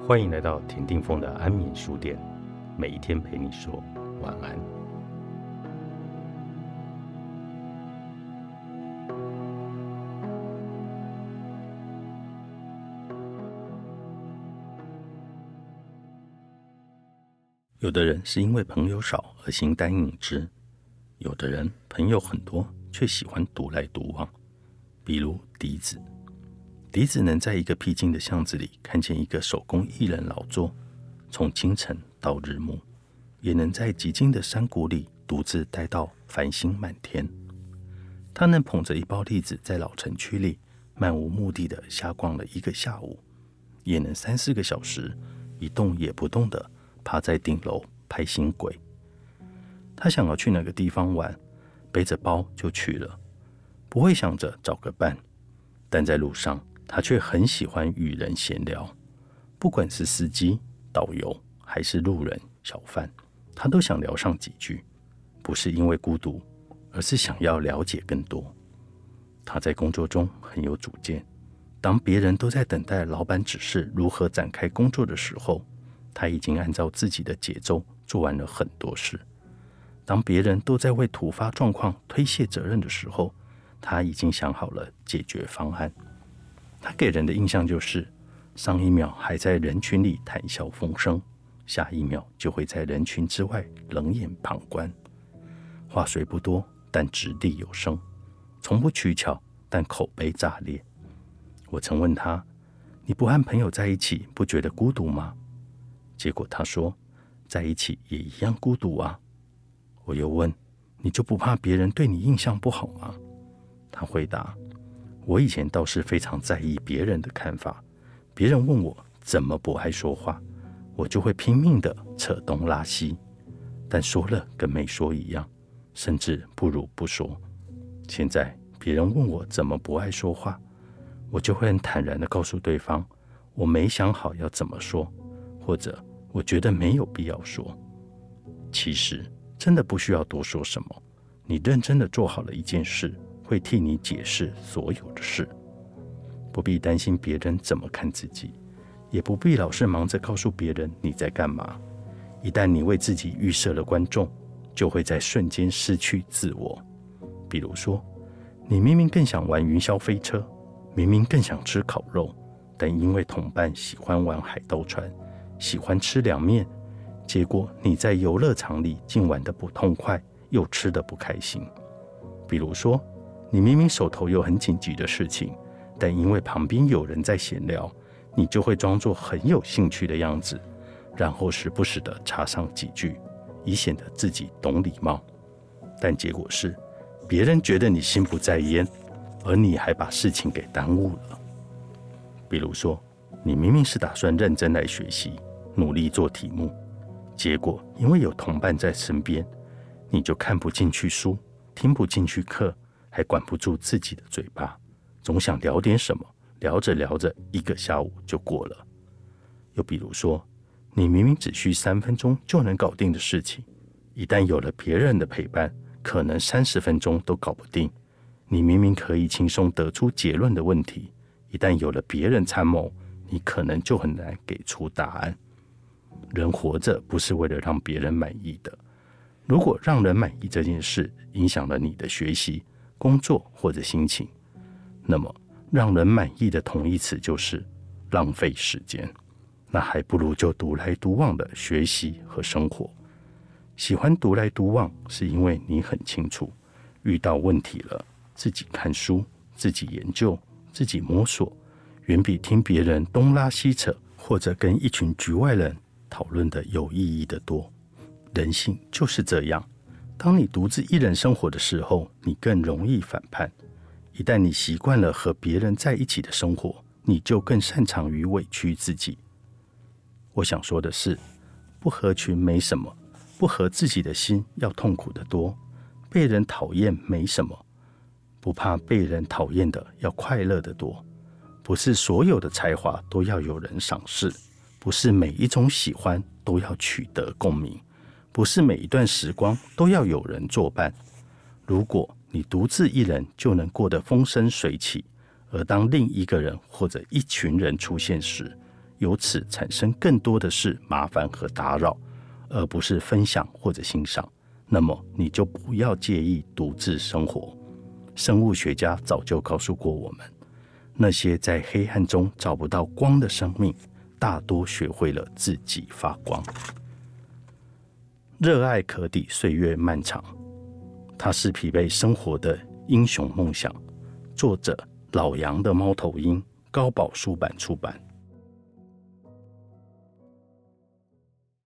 欢迎来到田定峰的安眠书店，每一天陪你说晚安。有的人是因为朋友少而形单影只，有的人朋友很多却喜欢独来独往。比如笛子，笛子能在一个僻静的巷子里看见一个手工艺人劳作，从清晨到日暮，也能在极静的山谷里独自待到繁星满天。他能捧着一包栗子在老城区里漫无目的地瞎逛了一个下午，也能3-4个小时一动也不动地趴在顶楼拍新轨。他想要去哪个地方玩，背着包就去了，不会想着找个伴，但在路上他却很喜欢与人闲聊，不管是司机、导游还是路人、小贩，他都想聊上几句，不是因为孤独，而是想要了解更多。他在工作中很有主见，当别人都在等待老板指示如何展开工作的时候，他已经按照自己的节奏做完了很多事。当别人都在为突发状况推卸责任的时候，他已经想好了解决方案。他给人的印象就是，上一秒还在人群里谈笑风生，下一秒就会在人群之外冷眼旁观。话虽不多，但掷地有声，从不取巧，但口碑炸裂。我曾问他，你不和朋友在一起不觉得孤独吗？结果他说，在一起也一样孤独啊。我又问，你就不怕别人对你印象不好吗？他回答，我以前倒是非常在意别人的看法，别人问我怎么不爱说话，我就会拼命的扯东拉西，但说了跟没说一样，甚至不如不说。现在别人问我怎么不爱说话，我就会很坦然的告诉对方，我没想好要怎么说，或者我觉得没有必要说。其实真的不需要多说什么，你认真的做好了一件事，会替你解释所有的事。不必担心别人怎么看自己，也不必老是忙着告诉别人你在干嘛。一旦你为自己预设了观众，就会在瞬间失去自我。比如说，你明明更想玩云霄飞车，明明更想吃烤肉，但因为同伴喜欢玩海盗船，喜欢吃凉面，结果你在游乐场里竟玩得不痛快，又吃得不开心。比如说，你明明手头有很紧急的事情，但因为旁边有人在闲聊，你就会装作很有兴趣的样子，然后时不时地插上几句，以显得自己懂礼貌。但结果是，别人觉得你心不在焉，而你还把事情给耽误了。比如说，你明明是打算认真来学习，努力做题目，结果因为有同伴在身边，你就看不进去书，听不进去课，还管不住自己的嘴巴，总想聊点什么，聊着聊着一个下午就过了。又比如说，你明明只需3分钟就能搞定的事情，一旦有了别人的陪伴，可能30分钟都搞不定。你明明可以轻松得出结论的问题，一旦有了别人参谋，你可能就很难给出答案。人活着不是为了让别人满意的，如果让人满意这件事影响了你的学习、工作或者心情，那么让人满意的同义词就是浪费时间。那还不如就独来独往的学习和生活。喜欢独来独往，是因为你很清楚，遇到问题了，自己看书、自己研究、自己摸索，远比听别人东拉西扯，或者跟一群局外人讨论的有意义的多。人性就是这样，当你独自一人生活的时候，你更容易反叛。一旦你习惯了和别人在一起的生活，你就更擅长于委屈自己。我想说的是，不合群没什么，不合自己的心要痛苦得多。被人讨厌没什么，不怕被人讨厌的要快乐得多。不是所有的才华都要有人赏识，不是每一种喜欢都要取得共鸣，不是每一段时光都要有人作伴。如果你独自一人就能过得风生水起，而当另一个人或者一群人出现时， 由此产生更多的是麻烦和打扰，而不是分享或者欣赏，那么你就不要介意独自生活。生物学家早就告诉过我们，那些在黑暗中找不到光的生命，大多学会了自己发光。热爱可抵岁月漫长，它是疲惫生活的英雄梦想。作者老杨的猫头鹰，高宝书版出版。